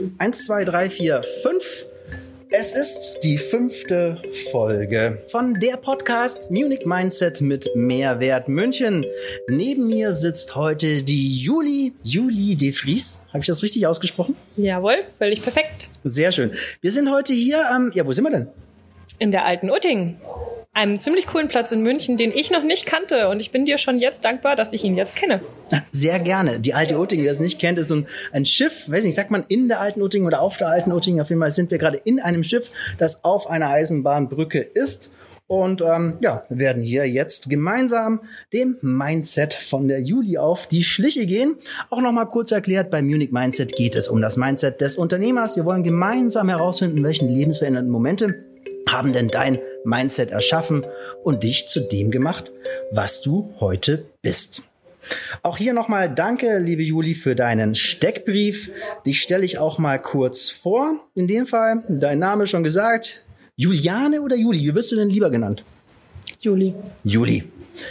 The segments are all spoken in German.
1, 2, 3, 4, 5. Es ist die 5. Folge von der Podcast Munich Mindset mit Mehrwert München. Neben mir sitzt heute die Julie de Vries. Habe ich das richtig ausgesprochen? Jawohl, völlig perfekt. Sehr schön. Wir sind heute hier, wo sind wir denn? In der Alten Utting. Einem ziemlich coolen Platz in München, den ich noch nicht kannte. Und ich bin dir schon jetzt dankbar, dass ich ihn jetzt kenne. Sehr gerne. Die Alte Utting, wer es nicht kennt, ist so ein Schiff, weiß nicht, sagt man in der Alten Utting oder auf der Alten Utting. Auf jeden Fall sind wir gerade in einem Schiff, das auf einer Eisenbahnbrücke ist. Und wir werden hier jetzt gemeinsam dem Mindset von der Julie auf die Schliche gehen. Auch nochmal kurz erklärt, bei Munich Mindset geht es um das Mindset des Unternehmers. Wir wollen gemeinsam herausfinden, welchen lebensverändernden Momente haben denn dein Mindset erschaffen und dich zu dem gemacht, was du heute bist. Auch hier nochmal danke, liebe Julie, für deinen Steckbrief. Dich stelle ich auch mal kurz vor. In dem Fall, dein Name schon gesagt, Juliane oder Julie? Wie wirst du denn lieber genannt? Julie. Julie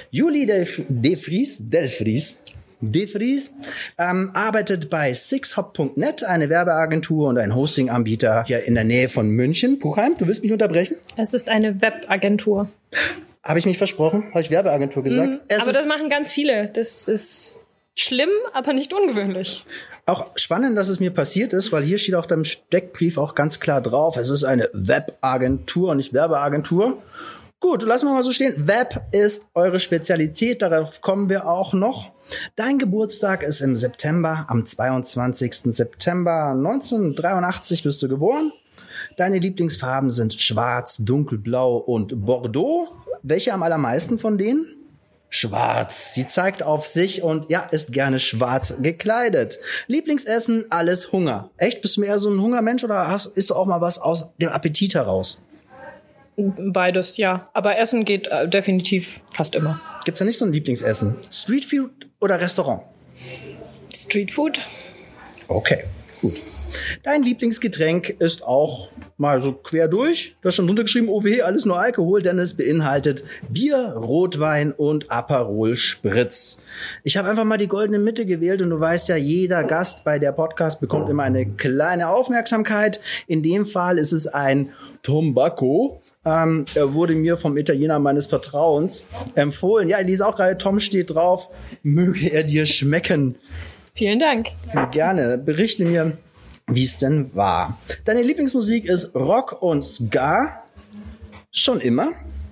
de Vries arbeitet bei sixhop.net, eine Werbeagentur und ein Hostinganbieter hier in der Nähe von München. Puchheim, du willst mich unterbrechen? Es ist eine Webagentur. Habe ich mich versprochen? Habe ich Werbeagentur gesagt? Aber das machen ganz viele. Das ist schlimm, aber nicht ungewöhnlich. Auch spannend, dass es mir passiert ist, weil hier steht auch im Steckbrief auch ganz klar drauf, es ist eine Webagentur und nicht Werbeagentur. Gut, lassen wir mal so stehen. Web ist eure Spezialität, darauf kommen wir auch noch. Dein Geburtstag ist im September, am 22. September 1983 bist du geboren. Deine Lieblingsfarben sind Schwarz, Dunkelblau und Bordeaux. Welche am allermeisten von denen? Schwarz. Sie zeigt auf sich und ist gerne schwarz gekleidet. Lieblingsessen, alles Hunger. Echt? Bist du eher so ein Hungermensch oder isst du auch mal was aus dem Appetit heraus? Beides, ja. Aber Essen geht definitiv fast immer. Gibt's da nicht so ein Lieblingsessen? Streetfood oder Restaurant? Streetfood. Okay, gut. Dein Lieblingsgetränk ist auch mal so quer durch. Da ist schon runtergeschrieben, OW, alles nur Alkohol, denn es beinhaltet Bier, Rotwein und Aperol Spritz. Ich habe einfach mal die goldene Mitte gewählt und du weißt ja, jeder Gast bei der Podcast bekommt immer eine kleine Aufmerksamkeit. In dem Fall ist es ein Tombacco. Er wurde mir vom Italiener meines Vertrauens empfohlen. Ja, ich lese auch gerade, Tom steht drauf, möge er dir schmecken. Vielen Dank. Gerne, berichte mir, wie es denn war. Deine Lieblingsmusik ist Rock und Ska. Schon immer?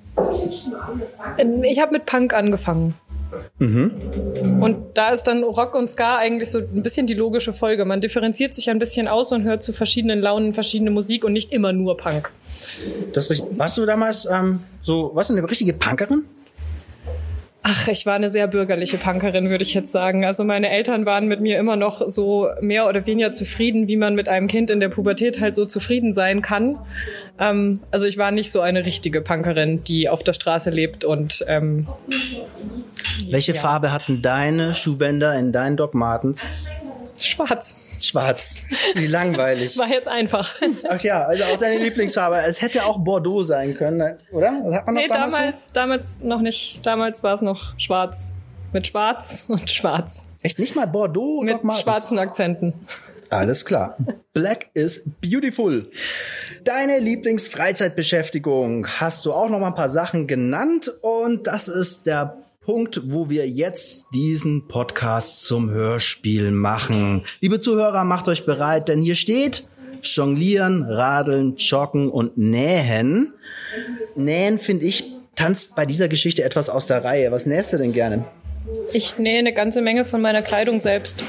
Ich habe mit Punk angefangen. Und da ist dann Rock und Ska eigentlich so ein bisschen die logische Folge. Man differenziert sich ein bisschen aus und hört zu verschiedenen Launen verschiedene Musik und nicht immer nur Punk. Das ist richtig. Warst du damals warst du eine richtige Punkerin? Ach, ich war eine sehr bürgerliche Punkerin, würde ich jetzt sagen. Also meine Eltern waren mit mir immer noch so mehr oder weniger zufrieden, wie man mit einem Kind in der Pubertät halt so zufrieden sein kann. Also ich war nicht so eine richtige Punkerin, die auf der Straße lebt und Welche Farbe hatten deine Schuhbänder in deinen Doc Martens? Schwarz. Schwarz. Wie langweilig. War jetzt einfach. Ach ja, also auch deine Lieblingsfarbe. Es hätte auch Bordeaux sein können, oder? Das hat man noch damals noch nicht. Damals war es noch schwarz. Mit Schwarz und Schwarz. Echt nicht mal Bordeaux? Mit schwarzen Akzenten. Alles klar. Black is beautiful. Deine Lieblingsfreizeitbeschäftigung hast du auch noch mal ein paar Sachen genannt und das ist der Punkt, wo wir jetzt diesen Podcast zum Hörspiel machen. Liebe Zuhörer, macht euch bereit, denn hier steht Jonglieren, Radeln, Joggen und Nähen. Nähen, finde ich, tanzt bei dieser Geschichte etwas aus der Reihe. Was nähst du denn gerne? Ich nähe eine ganze Menge von meiner Kleidung selbst.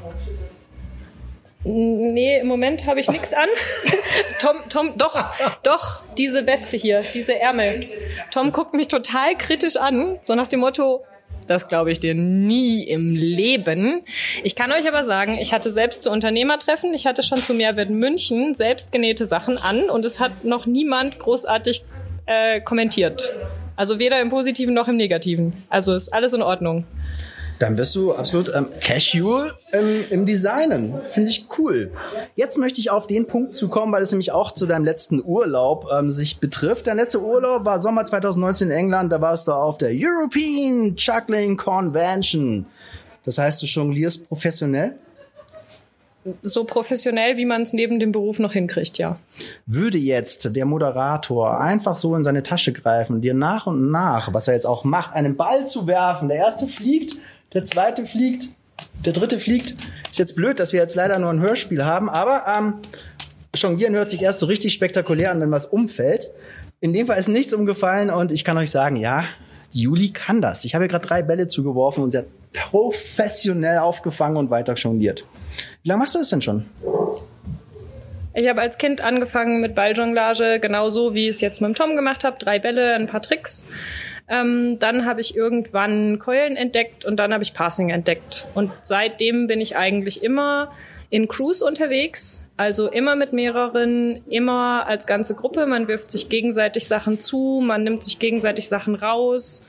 Nee, im Moment habe ich nichts an. Tom, doch, diese Weste hier, diese Ärmel. Tom guckt mich total kritisch an, so nach dem Motto, das glaube ich dir nie im Leben. Ich kann euch aber sagen, ich hatte selbst zu Unternehmertreffen, ich hatte schon zu Mehrwert München selbst genähte Sachen an und es hat noch niemand großartig kommentiert. Also weder im Positiven noch im Negativen. Also ist alles in Ordnung. Dann bist du absolut casual im Designen. Finde ich cool. Jetzt möchte ich auf den Punkt zukommen, weil es nämlich auch zu deinem letzten Urlaub sich betrifft. Dein letzter Urlaub war Sommer 2019 in England. Da warst du auf der European Juggling Convention. Das heißt, du jonglierst professionell? so professionell, wie man es neben dem Beruf noch hinkriegt, ja. Würde jetzt der Moderator einfach so in seine Tasche greifen und dir nach und nach, was er jetzt auch macht, einen Ball zu werfen, der erste fliegt, der zweite fliegt, der dritte fliegt. Ist jetzt blöd, dass wir jetzt leider nur ein Hörspiel haben, aber Jonglieren hört sich erst so richtig spektakulär an, wenn was umfällt. In dem Fall ist nichts umgefallen und ich kann euch sagen, ja, die Juli kann das. Ich habe ihr gerade 3 Bälle zugeworfen und sie hat professionell aufgefangen und weiter jongliert. Wie lange machst du das denn schon? Ich habe als Kind angefangen mit Balljonglage, genauso wie ich es jetzt mit dem Tom gemacht habe. 3 Bälle, ein paar Tricks. Dann habe ich irgendwann Keulen entdeckt und dann habe ich Passing entdeckt. Und seitdem bin ich eigentlich immer in Crews unterwegs, also immer mit mehreren, immer als ganze Gruppe. Man wirft sich gegenseitig Sachen zu, man nimmt sich gegenseitig Sachen raus.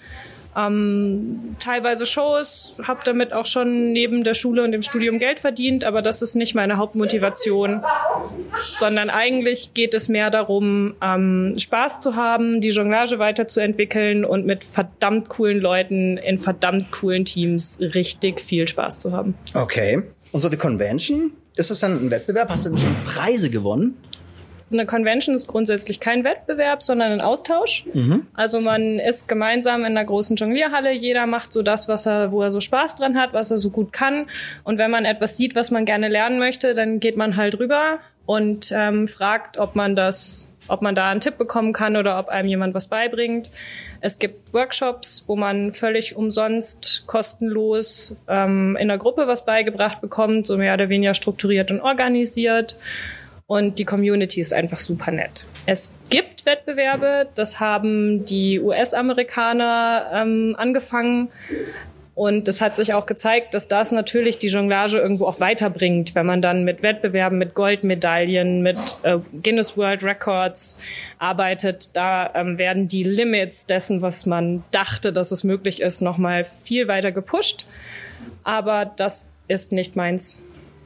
Teilweise Shows, habe damit auch schon neben der Schule und dem Studium Geld verdient, aber das ist nicht meine Hauptmotivation, sondern eigentlich geht es mehr darum, Spaß zu haben, die Jonglage weiterzuentwickeln und mit verdammt coolen Leuten in verdammt coolen Teams richtig viel Spaß zu haben. Okay. Und so die Convention, ist das dann ein Wettbewerb? Hast du denn schon Preise gewonnen? Eine Convention ist grundsätzlich kein Wettbewerb, sondern ein Austausch. Also man ist gemeinsam in einer großen Jonglierhalle. Jeder macht so das, wo er so Spaß dran hat, was er so gut kann. Und wenn man etwas sieht, was man gerne lernen möchte, dann geht man halt rüber und fragt, ob man da einen Tipp bekommen kann oder ob einem jemand was beibringt. Es gibt Workshops, wo man völlig umsonst, kostenlos in einer Gruppe was beigebracht bekommt, so mehr oder weniger strukturiert und organisiert. Und die Community ist einfach super nett. Es gibt Wettbewerbe, das haben die US-Amerikaner angefangen. Und es hat sich auch gezeigt, dass das natürlich die Jonglage irgendwo auch weiterbringt, wenn man dann mit Wettbewerben, mit Goldmedaillen, mit Guinness World Records arbeitet. Da werden die Limits dessen, was man dachte, dass es möglich ist, nochmal viel weiter gepusht. Aber das ist nicht meins.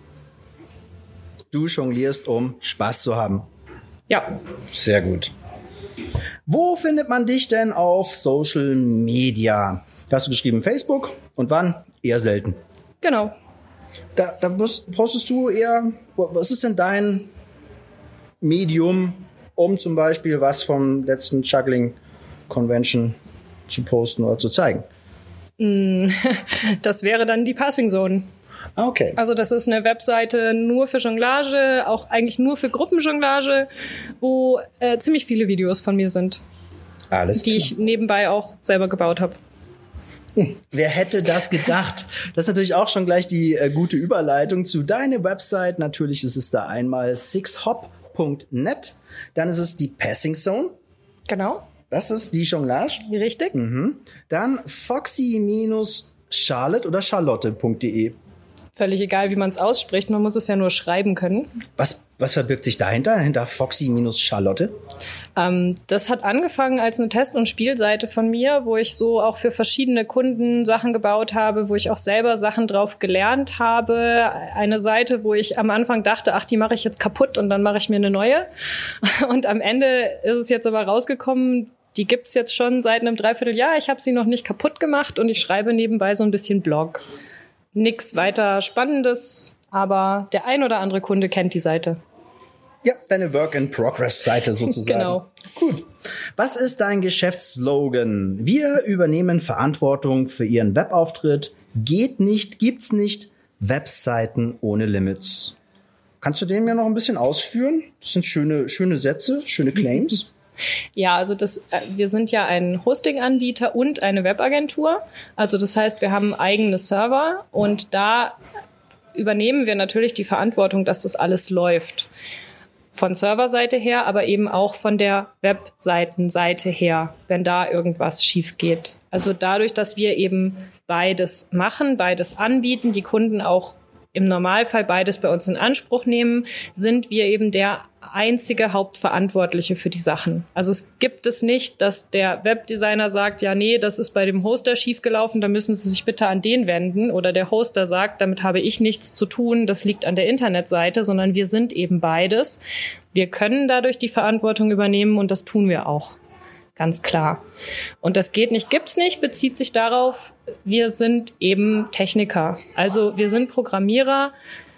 Du jonglierst, um Spaß zu haben. Ja. Sehr gut. Wo findet man dich denn auf Social Media? Hast du geschrieben Facebook und wann? Eher selten. Genau. Da postest du eher, was ist denn dein Medium, um zum Beispiel was vom letzten Juggling Convention zu posten oder zu zeigen? Das wäre dann die Passing Zone. Okay. Also das ist eine Webseite nur für Jonglage, auch eigentlich nur für Gruppenjonglage, wo ziemlich viele Videos von mir sind. Alles die klar. Ich nebenbei auch selber gebaut habe. Wer hätte das gedacht? Das ist natürlich auch schon gleich die gute Überleitung zu deiner Website. Natürlich ist es da einmal sixhop.net. Dann ist es die Passing Zone. Genau. Das ist die Jonglage. Richtig. Dann foxy-charlotte oder charlotte.de. Völlig egal, wie man es ausspricht. Man muss es ja nur schreiben können. Was verbirgt sich dahinter? Hinter Foxy-Charlotte? Das hat angefangen als eine Test- und Spielseite von mir, wo ich so auch für verschiedene Kunden Sachen gebaut habe, wo ich auch selber Sachen drauf gelernt habe. Eine Seite, wo ich am Anfang dachte, ach, die mache ich jetzt kaputt und dann mache ich mir eine neue. Und am Ende ist es jetzt aber rausgekommen, die gibt's jetzt schon seit einem Dreivierteljahr. Ich habe sie noch nicht kaputt gemacht und ich schreibe nebenbei so ein bisschen Blog. Nix weiter Spannendes, aber der ein oder andere Kunde kennt die Seite. Ja, deine Work-in-Progress-Seite sozusagen. Genau. Gut. Was ist dein Geschäftsslogan? Wir übernehmen Verantwortung für Ihren Webauftritt. Geht nicht, gibt's nicht. Webseiten ohne Limits. Kannst du den mir noch ein bisschen ausführen? Das sind schöne Sätze, schöne Claims. Ja, also wir sind ja ein Hosting-Anbieter und eine Webagentur. Also das heißt, wir haben eigene Server und da übernehmen wir natürlich die Verantwortung, dass das alles läuft. Von Serverseite her, aber eben auch von der Webseitenseite her, wenn da irgendwas schief geht. Also dadurch, dass wir eben beides machen, beides anbieten, die Kunden auch im Normalfall beides bei uns in Anspruch nehmen, sind wir eben der einzige Hauptverantwortliche für die Sachen. Also es gibt es nicht, dass der Webdesigner sagt, ja, nee, das ist bei dem Hoster schiefgelaufen, da müssen Sie sich bitte an den wenden. Oder der Hoster sagt, damit habe ich nichts zu tun, das liegt an der Internetseite, sondern wir sind eben beides. Wir können dadurch die Verantwortung übernehmen und das tun wir auch. Ganz klar. Und das geht nicht, gibt's nicht, bezieht sich darauf, wir sind eben Techniker. Also wir sind Programmierer.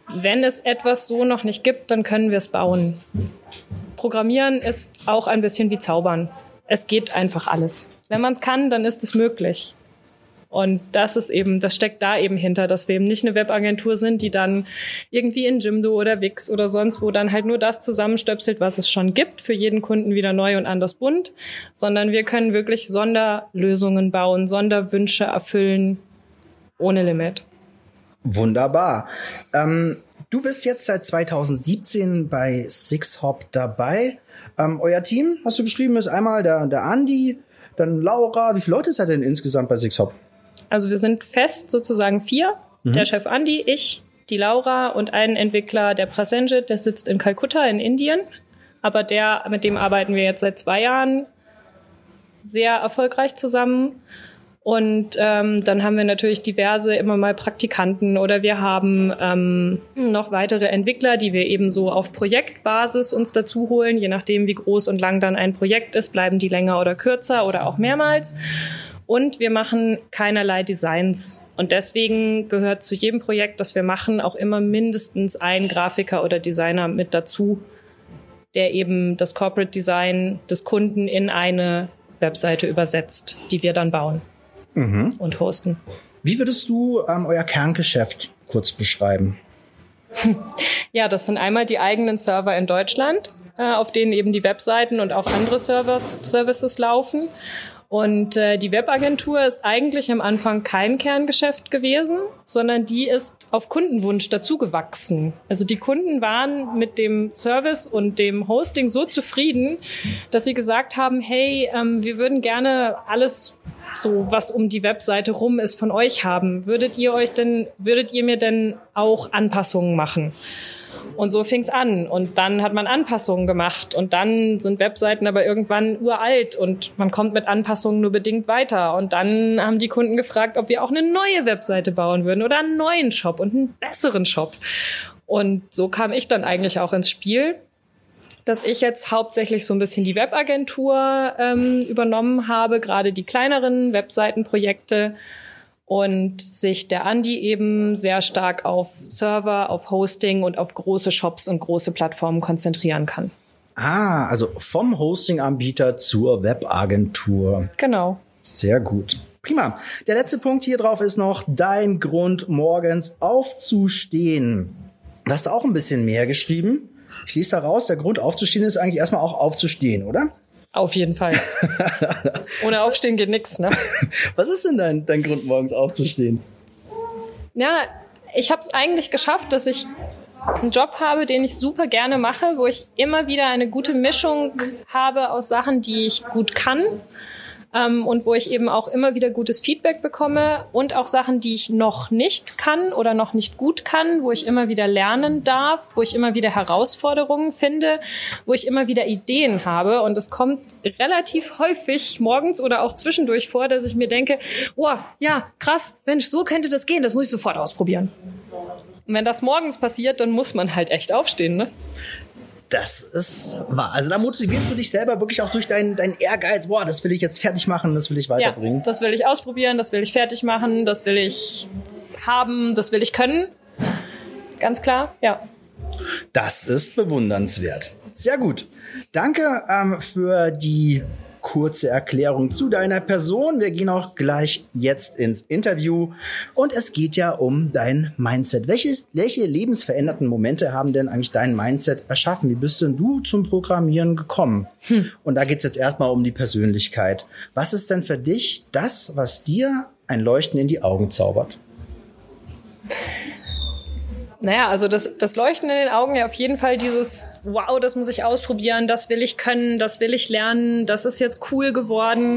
wenn es etwas so noch nicht gibt, dann können wir es bauen. Programmieren ist auch ein bisschen wie Zaubern. Es geht einfach alles. Wenn man es kann, dann ist es möglich. Und das steckt da eben hinter, dass wir eben nicht eine Webagentur sind, die dann irgendwie in Jimdo oder Wix oder sonst wo dann halt nur das zusammenstöpselt, was es schon gibt, für jeden Kunden wieder neu und anders bunt, sondern wir können wirklich Sonderlösungen bauen, Sonderwünsche erfüllen, ohne Limit. Wunderbar. Du bist jetzt seit 2017 bei SixHop dabei. Euer Team, hast du geschrieben, ist einmal der Andi, dann Laura. Wie viele Leute seid ihr denn insgesamt bei SixHop? Also wir sind fest sozusagen 4. Der Chef Andi, ich, die Laura und ein Entwickler, der Prasenjit, der sitzt in Kalkutta in Indien. Aber mit dem arbeiten wir jetzt seit 2 Jahren sehr erfolgreich zusammen. Und dann haben wir natürlich diverse immer mal Praktikanten oder wir haben noch weitere Entwickler, die wir eben so auf Projektbasis uns dazu holen. Je nachdem, wie groß und lang dann ein Projekt ist, bleiben die länger oder kürzer oder auch mehrmals. Und wir machen keinerlei Designs. Und deswegen gehört zu jedem Projekt, das wir machen, auch immer mindestens ein Grafiker oder Designer mit dazu, der eben das Corporate Design des Kunden in eine Webseite übersetzt, die wir dann bauen und hosten. Wie würdest du euer Kerngeschäft kurz beschreiben? Ja, das sind einmal die eigenen Server in Deutschland, auf denen eben die Webseiten und auch andere Services laufen. Und die Webagentur ist eigentlich am Anfang kein Kerngeschäft gewesen, sondern die ist auf Kundenwunsch dazugewachsen. Also die Kunden waren mit dem Service und dem Hosting so zufrieden, dass sie gesagt haben, hey, wir würden gerne alles so, was um die Webseite rum ist, von euch haben. Würdet ihr mir denn auch Anpassungen machen? Und so fing's an. Und dann hat man Anpassungen gemacht. Und dann sind Webseiten aber irgendwann uralt und man kommt mit Anpassungen nur bedingt weiter. Und dann haben die Kunden gefragt, ob wir auch eine neue Webseite bauen würden oder einen neuen Shop und einen besseren Shop. Und so kam ich dann eigentlich auch ins Spiel, dass ich jetzt hauptsächlich so ein bisschen die Webagentur übernommen habe, gerade die kleineren Webseitenprojekte. Und sich der Andi eben sehr stark auf Server, auf Hosting und auf große Shops und große Plattformen konzentrieren kann. Ah, also vom Hosting-Anbieter zur Webagentur. Genau. Sehr gut. Prima. Der letzte Punkt hier drauf ist noch dein Grund, morgens aufzustehen. Du hast auch ein bisschen mehr geschrieben. Ich lese da raus, der Grund aufzustehen ist eigentlich erstmal auch aufzustehen, oder? Auf jeden Fall. Ohne Aufstehen geht nichts, ne? Was ist denn dein Grund, morgens aufzustehen? Ja, ich habe es eigentlich geschafft, dass ich einen Job habe, den ich super gerne mache, wo ich immer wieder eine gute Mischung habe aus Sachen, die ich gut kann. Und wo ich eben auch immer wieder gutes Feedback bekomme und auch Sachen, die ich noch nicht kann oder noch nicht gut kann, wo ich immer wieder lernen darf, wo ich immer wieder Herausforderungen finde, wo ich immer wieder Ideen habe. Und es kommt relativ häufig morgens oder auch zwischendurch vor, dass ich mir denke, oh, ja, krass, Mensch, so könnte das gehen, das muss ich sofort ausprobieren. Und wenn das morgens passiert, dann muss man halt echt aufstehen, ne? Das ist wahr. Also da motivierst du dich selber wirklich auch durch deinen Ehrgeiz. Boah, das will ich jetzt fertig machen, das will ich weiterbringen. Ja, das will ich ausprobieren, das will ich fertig machen, das will ich haben, das will ich können. Ganz klar, ja. Das ist bewundernswert. Sehr gut. Danke für die kurze Erklärung zu deiner Person. Wir gehen auch gleich jetzt ins Interview. Und es geht ja um dein Mindset. Welche lebensveränderten Momente haben denn eigentlich dein Mindset erschaffen? Wie bist denn du zum Programmieren gekommen? Und da geht es jetzt erstmal um die Persönlichkeit. Was ist denn für dich das, was dir ein Leuchten in die Augen zaubert? Naja, also das Leuchten in den Augen ja auf jeden Fall dieses, wow, das muss ich ausprobieren, das will ich können, das will ich lernen, das ist jetzt cool geworden.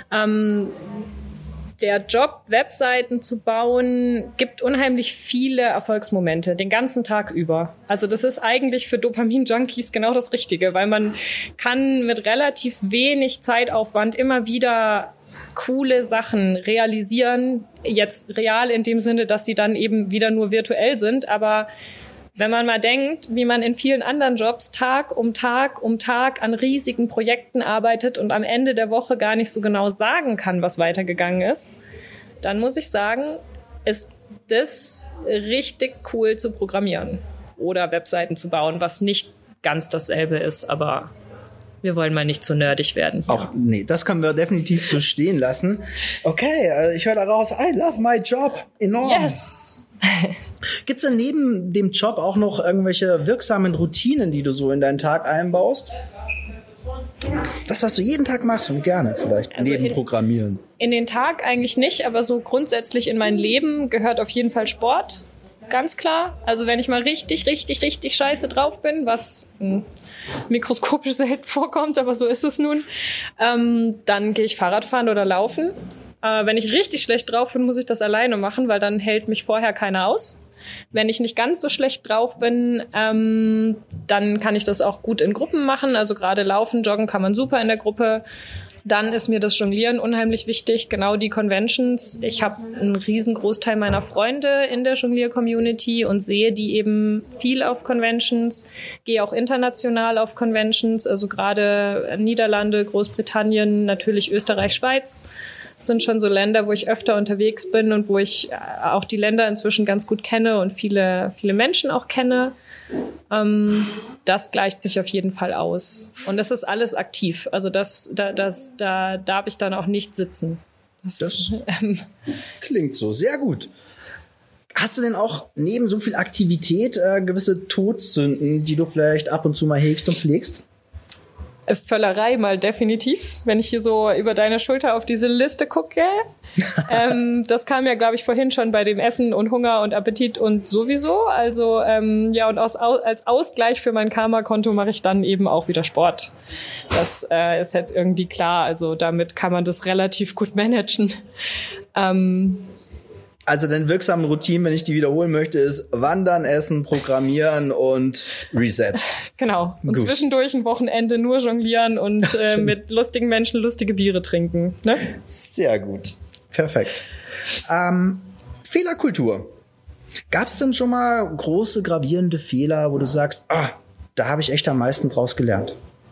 Der Job, Webseiten zu bauen, gibt unheimlich viele Erfolgsmomente, den ganzen Tag über. Also das ist eigentlich für Dopamin-Junkies genau das Richtige, weil man kann mit relativ wenig Zeitaufwand immer wieder coole Sachen realisieren. Jetzt real in dem Sinne, dass sie dann eben wieder nur virtuell sind, aber wenn man mal denkt, wie man in vielen anderen Jobs Tag um Tag an riesigen Projekten arbeitet und am Ende der Woche gar nicht so genau sagen kann, was weitergegangen ist, dann muss ich sagen, ist das richtig cool zu programmieren oder Webseiten zu bauen, was nicht ganz dasselbe ist, aber wir wollen mal nicht zu nerdig werden. Auch, nee, das können wir definitiv so stehen lassen. Okay, ich höre daraus, I love my job enorm. Yes! Gibt's denn neben dem Job auch noch irgendwelche wirksamen Routinen, die du so in deinen Tag einbaust? Das, was du jeden Tag machst und gerne vielleicht, also neben Programmieren. In den Tag eigentlich nicht, aber so grundsätzlich in mein Leben gehört auf jeden Fall Sport. Ganz klar. Also wenn ich mal richtig scheiße drauf bin, was mikroskopisch selten vorkommt, aber so ist es nun, dann gehe ich Fahrrad fahren oder laufen. Wenn ich richtig schlecht drauf bin, muss ich das alleine machen, weil dann hält mich vorher keiner aus. Wenn ich nicht ganz so schlecht drauf bin, dann kann ich das auch gut in Gruppen machen. Also gerade laufen, joggen kann man super in der Gruppe. Dann ist mir das Jonglieren unheimlich wichtig, genau die Conventions. Ich habe einen riesen Großteil meiner Freunde in der Jonglier-Community und sehe die eben viel auf Conventions, gehe auch international auf Conventions, also gerade Niederlande, Großbritannien, natürlich Österreich, Schweiz. Das sind schon so Länder, wo ich öfter unterwegs bin und wo ich auch die Länder inzwischen ganz gut kenne und viele Menschen auch kenne. Das gleicht mich auf jeden Fall aus. Und das ist alles aktiv. Also da darf ich dann auch nicht sitzen. Das klingt so. Sehr gut. Hast du denn auch neben so viel Aktivität gewisse Todsünden, die du vielleicht ab und zu mal hegst und pflegst? Völlerei mal definitiv, wenn ich hier so über deine Schulter auf diese Liste gucke. Das kam ja, glaube ich, vorhin schon bei dem Essen und Hunger und Appetit und sowieso. Also ja, und als Ausgleich für mein Karma-Konto mache ich dann eben auch wieder Sport. Das ist jetzt irgendwie klar. Also damit kann man das relativ gut managen. Also den wirksamen Routinen, wenn ich die wiederholen möchte, ist Wandern, Essen, Programmieren und Reset. Genau. Und gut. Zwischendurch ein Wochenende nur jonglieren und mit lustigen Menschen lustige Biere trinken. Ne? Sehr gut. Perfekt. Fehlerkultur. Gab es denn schon mal große, gravierende Fehler, wo du sagst, da habe ich echt am meisten draus gelernt?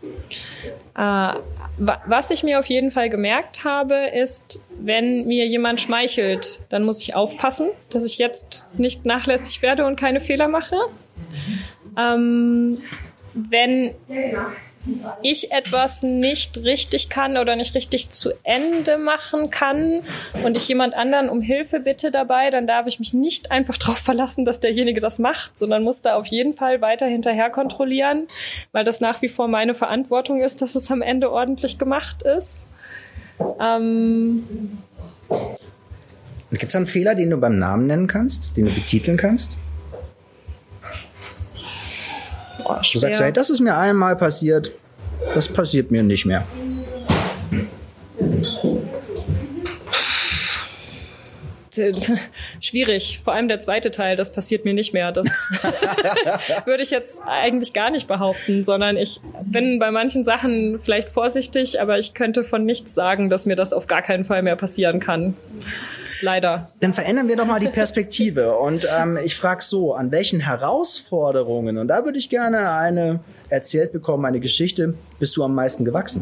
Was ich mir auf jeden Fall gemerkt habe, ist, wenn mir jemand schmeichelt, dann muss ich aufpassen, dass ich jetzt nicht nachlässig werde und keine Fehler mache. Wenn ich etwas nicht richtig kann oder nicht richtig zu Ende machen kann und ich jemand anderen um Hilfe bitte dabei, dann darf ich mich nicht einfach darauf verlassen, dass derjenige das macht, sondern muss da auf jeden Fall weiter hinterher kontrollieren, weil das nach wie vor meine Verantwortung ist, dass es am Ende ordentlich gemacht ist. Gibt es einen Fehler, den du beim Namen nennen kannst, den du betiteln kannst? Du sagst, hey, das ist mir einmal passiert, das passiert mir nicht mehr. Schwierig, vor allem der zweite Teil, das passiert mir nicht mehr. Das würde ich jetzt eigentlich gar nicht behaupten, sondern ich bin bei manchen Sachen vielleicht vorsichtig, aber ich könnte von nichts sagen, dass mir das auf gar keinen Fall mehr passieren kann. Leider. Dann verändern wir doch mal die Perspektive und ich frage so, an welchen Herausforderungen, und da würde ich gerne eine erzählt bekommen, eine Geschichte, bist du am meisten gewachsen?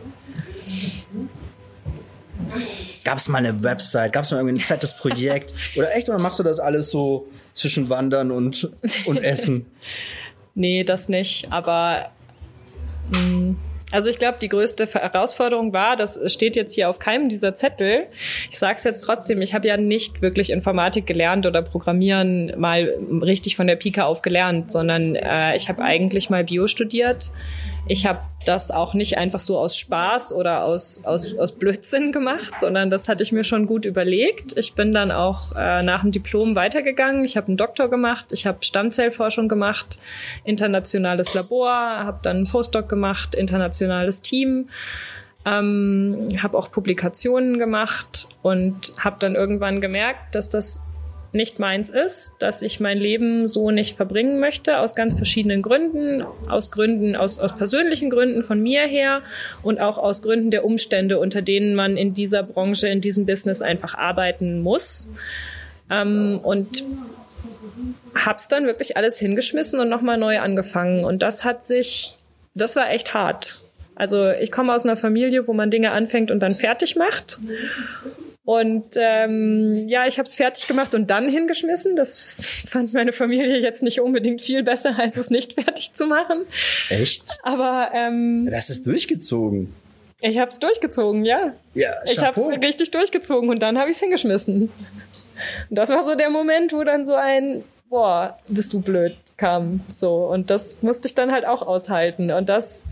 Gab es mal eine Website, gab es mal irgendwie ein fettes Projekt oder machst du das alles so zwischen Wandern und Essen? Nee, das nicht, aber also ich glaube, die größte Herausforderung war, das steht jetzt hier auf keinem dieser Zettel, ich sage es jetzt trotzdem, ich habe ja nicht wirklich Informatik gelernt oder Programmieren mal richtig von der Pike auf gelernt, sondern ich habe eigentlich mal Bio studiert. Ich habe das auch nicht einfach so aus Spaß oder aus Blödsinn gemacht, sondern das hatte ich mir schon gut überlegt. Ich bin dann auch nach dem Diplom weitergegangen. Ich habe einen Doktor gemacht, ich habe Stammzellforschung gemacht, internationales Labor, habe dann einen Postdoc gemacht, internationales Team, habe auch Publikationen gemacht und habe dann irgendwann gemerkt, dass das nicht meins ist, dass ich mein Leben so nicht verbringen möchte, aus ganz verschiedenen Gründen, aus persönlichen Gründen von mir her und auch aus Gründen der Umstände, unter denen man in dieser Branche, in diesem Business einfach arbeiten muss. Und hab's dann wirklich alles hingeschmissen und nochmal neu angefangen. Und das war echt hart. Also ich komme aus einer Familie, wo man Dinge anfängt und dann fertig macht. Und ja, ich habe es fertig gemacht und dann hingeschmissen. Das fand meine Familie jetzt nicht unbedingt viel besser, als es nicht fertig zu machen. Echt? Aber das ist durchgezogen. Ich habe es durchgezogen, ja. Ja, ich habe es richtig durchgezogen und dann habe ich es hingeschmissen. Und das war so der Moment, wo dann so ein boah, bist du blöd kam. So, und das musste ich dann halt auch aushalten. Und das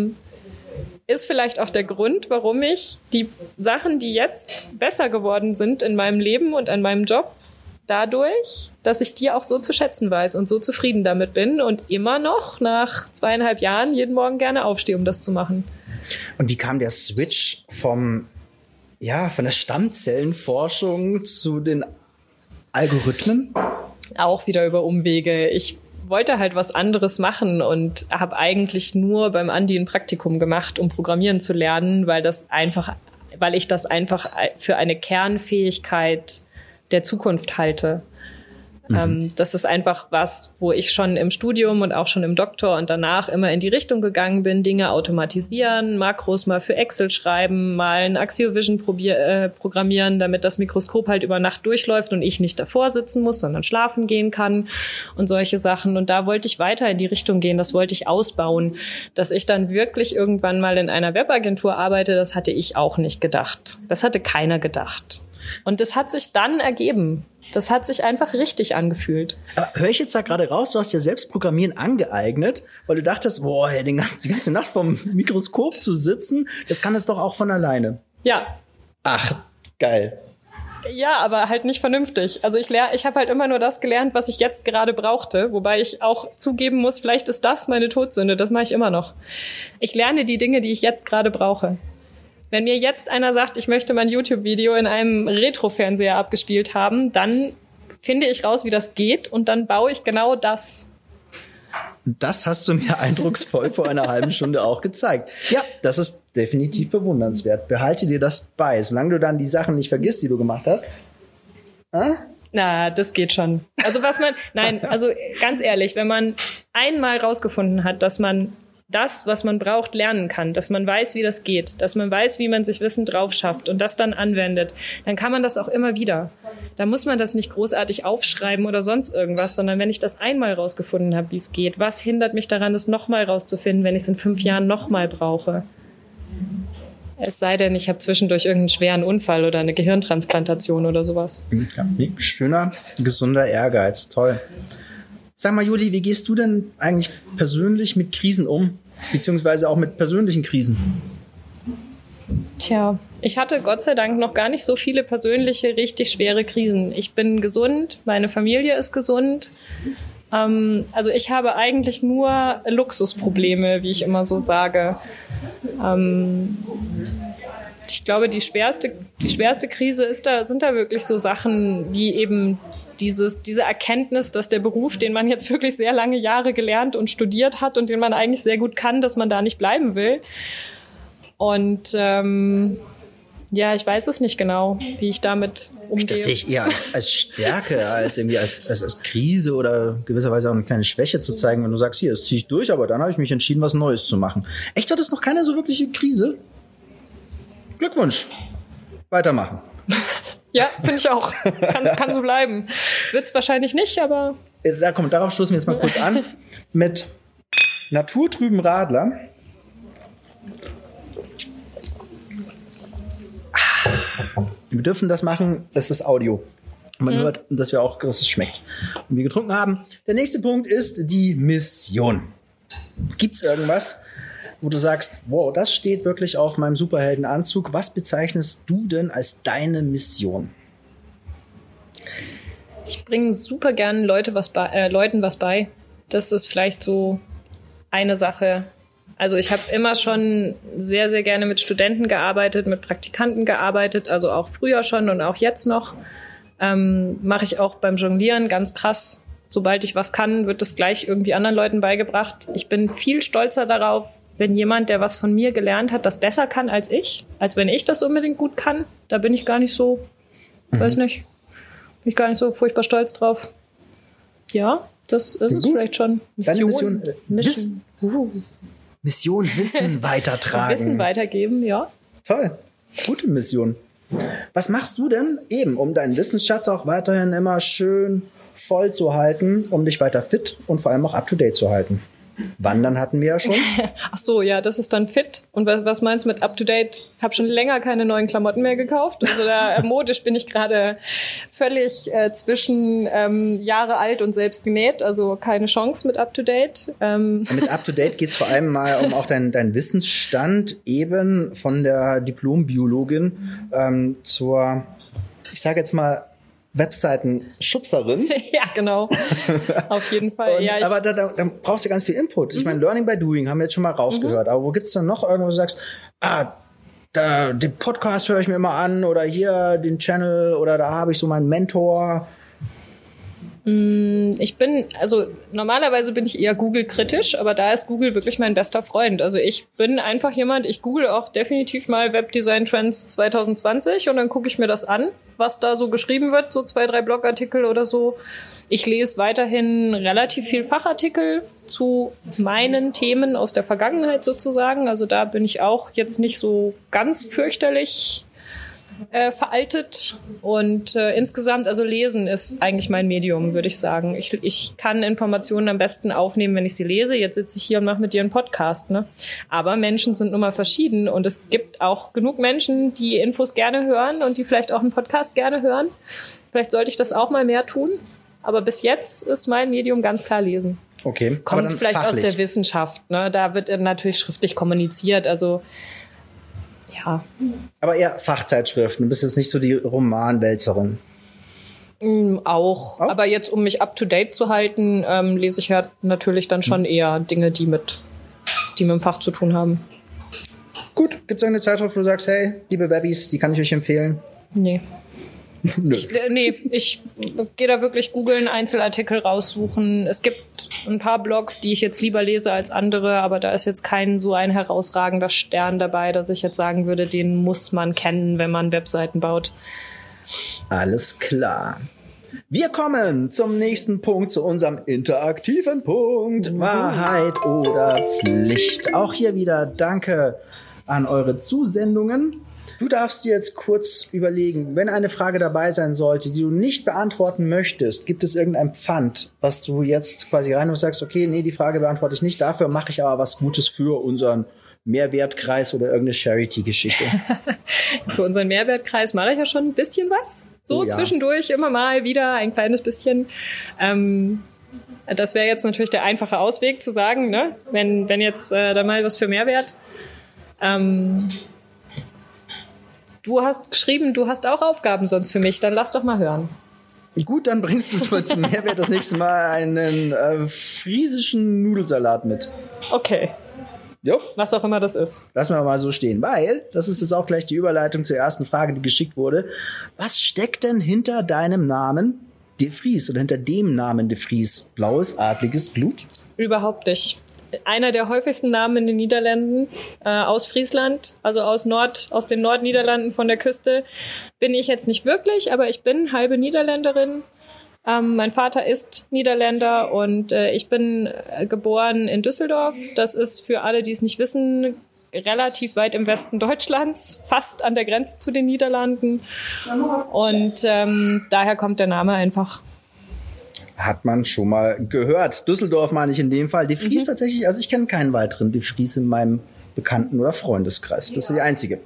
ist vielleicht auch der Grund, warum ich die Sachen, die jetzt besser geworden sind in meinem Leben und an meinem Job, dadurch, dass ich die auch so zu schätzen weiß und so zufrieden damit bin und immer noch nach 2,5 Jahren jeden Morgen gerne aufstehe, um das zu machen. Und wie kam der Switch von der Stammzellenforschung zu den Algorithmen? Auch wieder über Umwege. Ich wollte halt was anderes machen und habe eigentlich nur beim Andi ein Praktikum gemacht, um Programmieren zu lernen, weil ich das einfach für eine Kernfähigkeit der Zukunft halte. Das ist einfach was, wo ich schon im Studium und auch schon im Doktor und danach immer in die Richtung gegangen bin, Dinge automatisieren, Makros mal für Excel schreiben, mal ein Axiovision programmieren, damit das Mikroskop halt über Nacht durchläuft und ich nicht davor sitzen muss, sondern schlafen gehen kann und solche Sachen. Und da wollte ich weiter in die Richtung gehen, das wollte ich ausbauen. Dass ich dann wirklich irgendwann mal in einer Webagentur arbeite, das hatte ich auch nicht gedacht. Das hatte keiner gedacht. Und das hat sich dann ergeben. Das hat sich einfach richtig angefühlt. Aber höre ich jetzt da gerade raus, du hast dir selbst Programmieren angeeignet, weil du dachtest, boah, die ganze Nacht vorm Mikroskop zu sitzen, das kann es doch auch von alleine. Ja. Ach, geil. Ja, aber halt nicht vernünftig. Also ich habe halt immer nur das gelernt, was ich jetzt gerade brauchte. Wobei ich auch zugeben muss, vielleicht ist das meine Todsünde. Das mache ich immer noch. Ich lerne die Dinge, die ich jetzt gerade brauche. Wenn mir jetzt einer sagt, ich möchte mein YouTube-Video in einem Retro-Fernseher abgespielt haben, dann finde ich raus, wie das geht und dann baue ich genau das. Das hast du mir eindrucksvoll vor einer halben Stunde auch gezeigt. Ja, das ist definitiv bewundernswert. Behalte dir das bei, solange du dann die Sachen nicht vergisst, die du gemacht hast. Na, das geht schon. Also also ganz ehrlich, wenn man einmal rausgefunden hat, dass man das, was man braucht, lernen kann, dass man weiß, wie das geht, dass man weiß, wie man sich Wissen drauf schafft und das dann anwendet, dann kann man das auch immer wieder. Da muss man das nicht großartig aufschreiben oder sonst irgendwas, sondern wenn ich das einmal rausgefunden habe, wie es geht, was hindert mich daran, das nochmal rauszufinden, wenn ich es in 5 Jahren nochmal brauche? Es sei denn, ich habe zwischendurch irgendeinen schweren Unfall oder eine Gehirntransplantation oder sowas. Ja, schöner, gesunder Ehrgeiz, toll. Sag mal, Juli, wie gehst du denn eigentlich persönlich mit Krisen um? Beziehungsweise auch mit persönlichen Krisen? Tja, ich hatte Gott sei Dank noch gar nicht so viele persönliche, richtig schwere Krisen. Ich bin gesund, meine Familie ist gesund. Also ich habe eigentlich nur Luxusprobleme, wie ich immer so sage. Ich glaube, die schwerste Krise sind da wirklich so Sachen wie eben diese Erkenntnis, dass der Beruf, den man jetzt wirklich sehr lange Jahre gelernt und studiert hat und den man eigentlich sehr gut kann, dass man da nicht bleiben will. Und ja, ich weiß es nicht genau, wie ich damit umgehe. Das sehe ich eher als Stärke, als irgendwie als Krise oder gewisserweise auch eine kleine Schwäche zu zeigen, wenn du sagst, hier, das ziehe ich durch, aber dann habe ich mich entschieden, was Neues zu machen. Echt, hat es noch keine so wirkliche Krise? Glückwunsch. Weitermachen. Ja, finde ich auch. Kann so bleiben. Wird's wahrscheinlich nicht, aber... Darauf stoßen wir jetzt mal kurz an. Mit naturtrüben Radler. Wir dürfen das machen, das ist Audio. Man hört, dass es schmeckt. Und wir getrunken haben. Der nächste Punkt ist die Mission. Gibt's irgendwas, wo du sagst, wow, das steht wirklich auf meinem Superheldenanzug. Was bezeichnest du denn als deine Mission? Ich bringe super gern Leuten was bei. Das ist vielleicht so eine Sache. Also ich habe immer schon sehr, sehr gerne mit Studenten gearbeitet, mit Praktikanten gearbeitet, also auch früher schon und auch jetzt noch. Mache ich auch beim Jonglieren ganz krass. Sobald ich was kann, wird das gleich irgendwie anderen Leuten beigebracht. Ich bin viel stolzer darauf, wenn jemand, der was von mir gelernt hat, das besser kann als ich, als wenn ich das unbedingt gut kann. Da bin ich gar nicht so, weiß nicht, bin ich gar nicht so furchtbar stolz drauf. Ja, das ist es vielleicht schon. Mission. Mission, Wissen weitertragen. Wissen weitergeben, ja. Toll, gute Mission. Was machst du denn eben, um deinen Wissensschatz auch weiterhin immer schön voll zu halten, um dich weiter fit und vor allem auch up-to-date zu halten? Wandern hatten wir ja schon. Ach so, ja, das ist dann fit. Und was meinst du mit up-to-date? Ich habe schon länger keine neuen Klamotten mehr gekauft. Also da modisch bin ich gerade völlig zwischen Jahre alt und selbst genäht. Also keine Chance mit up-to-date. Mit up-to-date geht es vor allem mal um auch deinen Wissensstand eben von der Diplom-Biologin zur, ich sage jetzt mal, Webseiten-Schubserin. Ja, genau. Auf jeden Fall. Und, aber da brauchst du ganz viel Input. Ich meine, Learning by Doing haben wir jetzt schon mal rausgehört. Aber wo gibt's dann noch irgendwo, wo du sagst, den Podcast höre ich mir immer an oder hier den Channel oder da habe ich so meinen Mentor. Normalerweise bin ich eher Google-kritisch, aber da ist Google wirklich mein bester Freund. Also ich bin einfach jemand, ich google auch definitiv mal Webdesign Trends 2020 und dann gucke ich mir das an, was da so geschrieben wird, so 2, 3 Blogartikel oder so. Ich lese weiterhin relativ viel Fachartikel zu meinen Themen aus der Vergangenheit sozusagen. Also da bin ich auch jetzt nicht so ganz fürchterlich veraltet und insgesamt, also Lesen ist eigentlich mein Medium, würde ich sagen. Ich kann Informationen am besten aufnehmen, wenn ich sie lese. Jetzt sitze ich hier und mache mit dir einen Podcast, ne? Aber Menschen sind nun mal verschieden und es gibt auch genug Menschen, die Infos gerne hören und die vielleicht auch einen Podcast gerne hören. Vielleicht sollte ich das auch mal mehr tun. Aber bis jetzt ist mein Medium ganz klar Lesen. Okay. Kommt vielleicht fachlich aus der Wissenschaft, ne? Da wird natürlich schriftlich kommuniziert, also ja. Aber eher Fachzeitschriften. Du bist jetzt nicht so die Romanwälzerin. Auch. Aber jetzt, um mich up-to-date zu halten, lese ich ja natürlich dann schon eher Dinge, die mit dem Fach zu tun haben. Gut. Gibt es eine Zeitschrift, wo du sagst, hey, liebe Webbies, die kann ich euch empfehlen? Nee. Nö. Ich gehe da wirklich googeln, Einzelartikel raussuchen. Es gibt ein paar Blogs, die ich jetzt lieber lese als andere, aber da ist jetzt kein so ein herausragender Stern dabei, dass ich jetzt sagen würde, den muss man kennen, wenn man Webseiten baut. Alles klar. Wir kommen zum nächsten Punkt, zu unserem interaktiven Punkt. Wahrheit oder Pflicht. Auch hier wieder danke an eure Zusendungen. Du darfst dir jetzt kurz überlegen, wenn eine Frage dabei sein sollte, die du nicht beantworten möchtest, gibt es irgendein Pfand, was du jetzt quasi rein und sagst, okay, nee, die Frage beantworte ich nicht, dafür mache ich aber was Gutes für unseren Mehrwertkreis oder irgendeine Charity-Geschichte. Für unseren Mehrwertkreis mache ich ja schon ein bisschen was. So ja. Zwischendurch immer mal wieder ein kleines bisschen. Das wäre jetzt natürlich der einfache Ausweg zu sagen, ne? Wenn jetzt da mal was für Mehrwert. Du hast geschrieben, du hast auch Aufgaben sonst für mich. Dann lass doch mal hören. Gut, dann bringst du zum Mehrwert das nächste Mal einen friesischen Nudelsalat mit. Okay. Jo. Was auch immer das ist. Lassen wir mal so stehen, weil das ist jetzt auch gleich die Überleitung zur ersten Frage, die geschickt wurde. Was steckt denn hinter deinem Namen de Vries oder hinter dem Namen de Vries? Blaues, adliges Blut? Überhaupt nicht. Einer der häufigsten Namen in den Niederlanden, aus Friesland, also aus den Nordniederlanden von der Küste, bin ich jetzt nicht wirklich, aber ich bin halbe Niederländerin. Mein Vater ist Niederländer und ich bin geboren in Düsseldorf. Das ist für alle, die es nicht wissen, relativ weit im Westen Deutschlands, fast an der Grenze zu den Niederlanden. Und daher kommt der Name einfach. Hat man schon mal gehört. Düsseldorf meine ich in dem Fall. De Vries tatsächlich, also ich kenne keinen weiteren De Vries in meinem Bekannten- oder Freundeskreis. Das ist die einzige.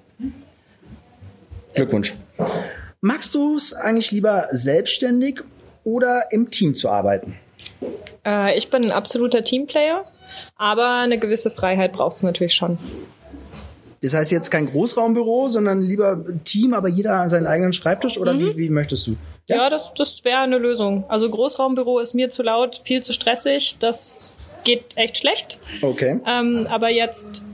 Glückwunsch. Magst du es eigentlich lieber selbstständig oder im Team zu arbeiten? Ich bin ein absoluter Teamplayer, aber eine gewisse Freiheit braucht es natürlich schon. Das heißt jetzt kein Großraumbüro, sondern lieber Team, aber jeder an seinen eigenen Schreibtisch? Oder wie möchtest du? Ja, das wäre eine Lösung. Also Großraumbüro ist mir zu laut, viel zu stressig. Das geht echt schlecht. Okay. Aber jetzt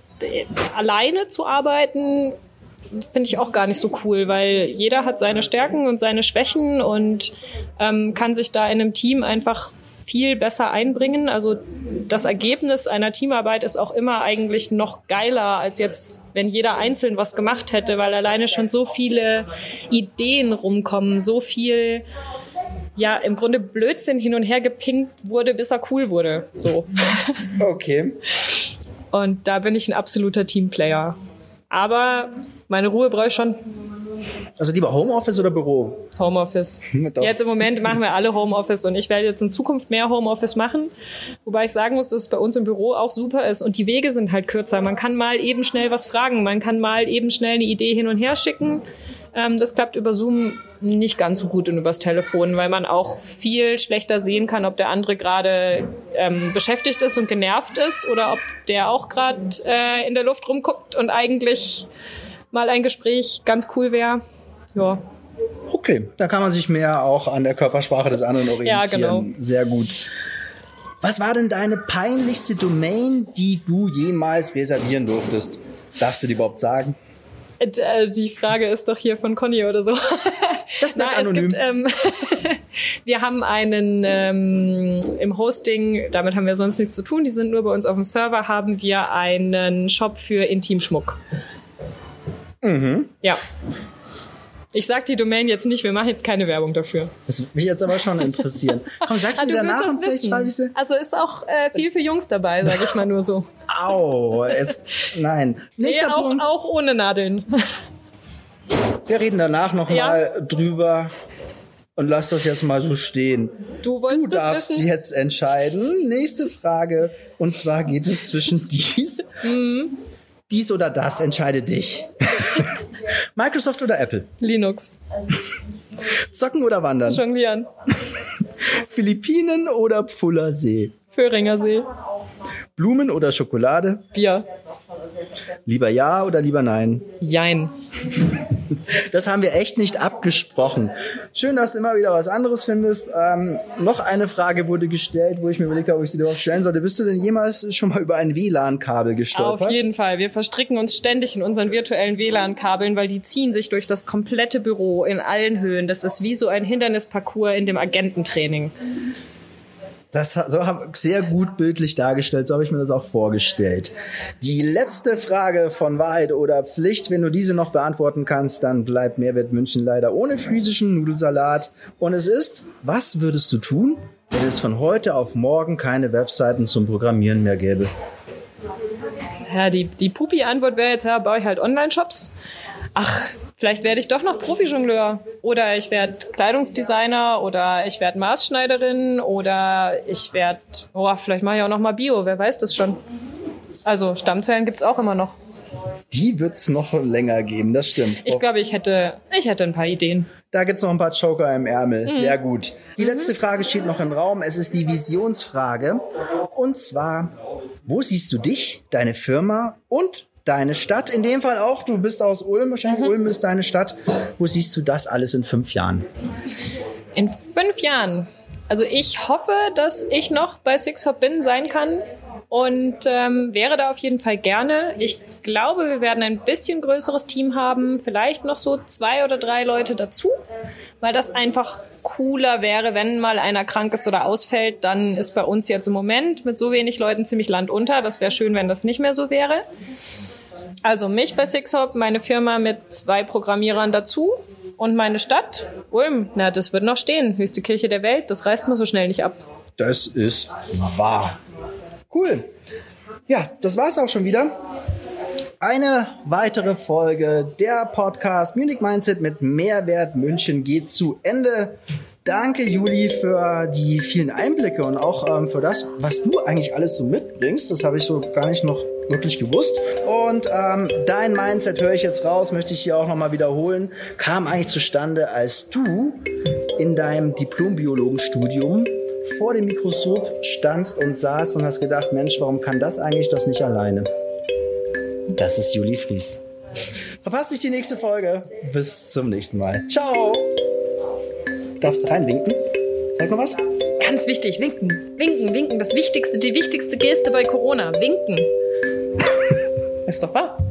alleine zu arbeiten, finde ich auch gar nicht so cool, weil jeder hat seine Stärken und seine Schwächen und kann sich da in einem Team einfach viel besser einbringen. Also das Ergebnis einer Teamarbeit ist auch immer eigentlich noch geiler, als jetzt, wenn jeder einzeln was gemacht hätte, weil alleine schon so viele Ideen rumkommen, so viel, ja, im Grunde Blödsinn hin und her gepinkt wurde, bis er cool wurde. So. Okay. Und da bin ich ein absoluter Teamplayer. Aber meine Ruhe brauche ich schon. Also lieber Homeoffice oder Büro? Homeoffice. Doch. Jetzt im Moment machen wir alle Homeoffice und ich werde jetzt in Zukunft mehr Homeoffice machen. Wobei ich sagen muss, dass es bei uns im Büro auch super ist und die Wege sind halt kürzer. Man kann mal eben schnell was fragen, man kann mal eben schnell eine Idee hin und her schicken. Das klappt über Zoom nicht ganz so gut und übers Telefon, weil man auch viel schlechter sehen kann, ob der andere gerade beschäftigt ist und genervt ist oder ob der auch gerade in der Luft rumguckt und eigentlich mal ein Gespräch ganz cool wäre. Ja. Okay, da kann man sich mehr auch an der Körpersprache des anderen orientieren. Ja, genau. Sehr gut. Was war denn deine peinlichste Domain, die du jemals reservieren durftest? Darfst du die überhaupt sagen? Die Frage ist doch hier von Conny oder so. Das bleibt anonym. Wir haben einen im Hosting, damit haben wir sonst nichts zu tun, die sind nur bei uns auf dem Server, haben wir einen Shop für Intimschmuck. Mhm. Ja. Ich sag die Domain jetzt nicht, wir machen jetzt keine Werbung dafür. Das würde mich jetzt aber schon interessieren. Komm, sagst du mir danach und vielleicht schreibe ich sie? Also ist auch viel für Jungs dabei, sage ich mal nur so. Au, nein. Nächster Punkt. Auch ohne Nadeln. Wir reden danach nochmal drüber und lass das jetzt mal so stehen. Du darfst wissen? jetzt entscheiden. Nächste Frage. Und zwar geht es zwischen dies. Dies oder das, entscheide dich. Microsoft oder Apple? Linux. Zocken oder wandern? Jonglieren. Philippinen oder Pfullersee? Föhringer See. Blumen oder Schokolade? Bier. Lieber ja oder lieber nein? Jein. Das haben wir echt nicht abgesprochen. Schön, dass du immer wieder was anderes findest. Noch eine Frage wurde gestellt, wo ich mir überlegt habe, ob ich sie dir überhaupt stellen sollte. Bist du denn jemals schon mal über ein WLAN-Kabel gestolpert? Auf jeden Fall. Wir verstricken uns ständig in unseren virtuellen WLAN-Kabeln, weil die ziehen sich durch das komplette Büro in allen Höhen. Das ist wie so ein Hindernisparcours in dem Agententraining. So haben sehr gut bildlich dargestellt, so habe ich mir das auch vorgestellt. Die letzte Frage von Wahrheit oder Pflicht, wenn du diese noch beantworten kannst, dann bleibt Mehrwert München leider ohne friesischen Nudelsalat. Und es ist, was würdest du tun, wenn es von heute auf morgen keine Webseiten zum Programmieren mehr gäbe? Ja, die Pupi-Antwort wäre jetzt, ja, baue ich halt Online-Shops. Ach, vielleicht werde ich doch noch Profi-Jongleur. Oder ich werde Kleidungsdesigner oder ich werde Maßschneiderin oder ich werde, vielleicht mache ich auch noch mal Bio, wer weiß das schon. Also Stammzellen gibt's auch immer noch. Die wird's noch länger geben, das stimmt. Ich glaube, ich hätte ein paar Ideen. Da gibt's noch ein paar Joker im Ärmel. Sehr gut. Die letzte Frage steht noch im Raum. Es ist die Visionsfrage. Und zwar, wo siehst du dich, deine Firma und deine Stadt? In dem Fall auch. Du bist aus Ulm. Wahrscheinlich Ulm ist deine Stadt. Wo siehst du das alles in 5 Jahren? In 5 Jahren? Also ich hoffe, dass ich noch bei Sixhop sein kann. Und wäre da auf jeden Fall gerne. Ich glaube, wir werden ein bisschen größeres Team haben. Vielleicht noch so 2 oder 3 Leute dazu. Weil das einfach cooler wäre, wenn mal einer krank ist oder ausfällt. Dann ist bei uns jetzt im Moment mit so wenig Leuten ziemlich Land unter. Das wäre schön, wenn das nicht mehr so wäre. Also mich bei Sixhop, meine Firma mit 2 Programmierern dazu. Und meine Stadt, Ulm, na, das wird noch stehen. Höchste Kirche der Welt, das reißt man so schnell nicht ab. Das ist wahr. Cool. Ja, das war's auch schon wieder. Eine weitere Folge der Podcast Munich Mindset mit Mehrwert München geht zu Ende. Danke, Juli, für die vielen Einblicke und auch für das, was du eigentlich alles so mitbringst. Das habe ich so gar nicht noch wirklich gewusst. Und dein Mindset, höre ich jetzt raus, möchte ich hier auch nochmal wiederholen, kam eigentlich zustande, als du in deinem Diplom-Biologenstudium vor dem Mikroskop standst und saßt und hast gedacht, Mensch, warum kann das eigentlich das nicht alleine? Das ist Juli Fries. Verpasst nicht die nächste Folge. Bis zum nächsten Mal. Ciao. Darfst du reinwinken? Sag mal was. Ganz wichtig, winken. Winken, winken. Das Wichtigste, die wichtigste Geste bei Corona. Winken. Ist doch wahr.